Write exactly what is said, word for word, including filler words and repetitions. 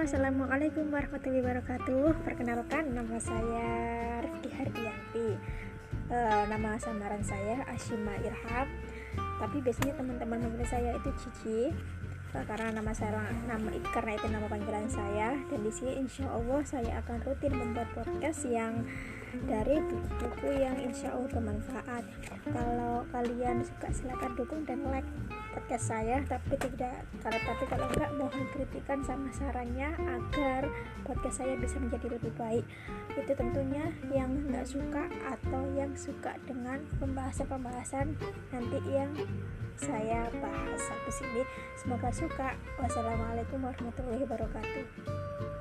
Assalamualaikum warahmatullahi wabarakatuh. Perkenalkan, nama saya Rifki Hardianti. e, Nama samaran saya Ashima Irham, tapi biasanya teman-teman manggil saya itu Cici, e, karena nama saya nama karena itu nama panggilan saya. Dan di sini insya Allah saya akan rutin membuat podcast yang dari buku yang insya Allah bermanfaat. Kalau kalian suka silakan dukung dan like podcast saya, tapi tidak kalau tapi kalau enggak mohon kritikan sama sarannya agar podcast saya bisa menjadi lebih baik. Itu tentunya yang enggak suka atau yang suka dengan pembahasan-pembahasan nanti yang saya bahas habis ini. Semoga suka. Wassalamualaikum warahmatullahi wabarakatuh.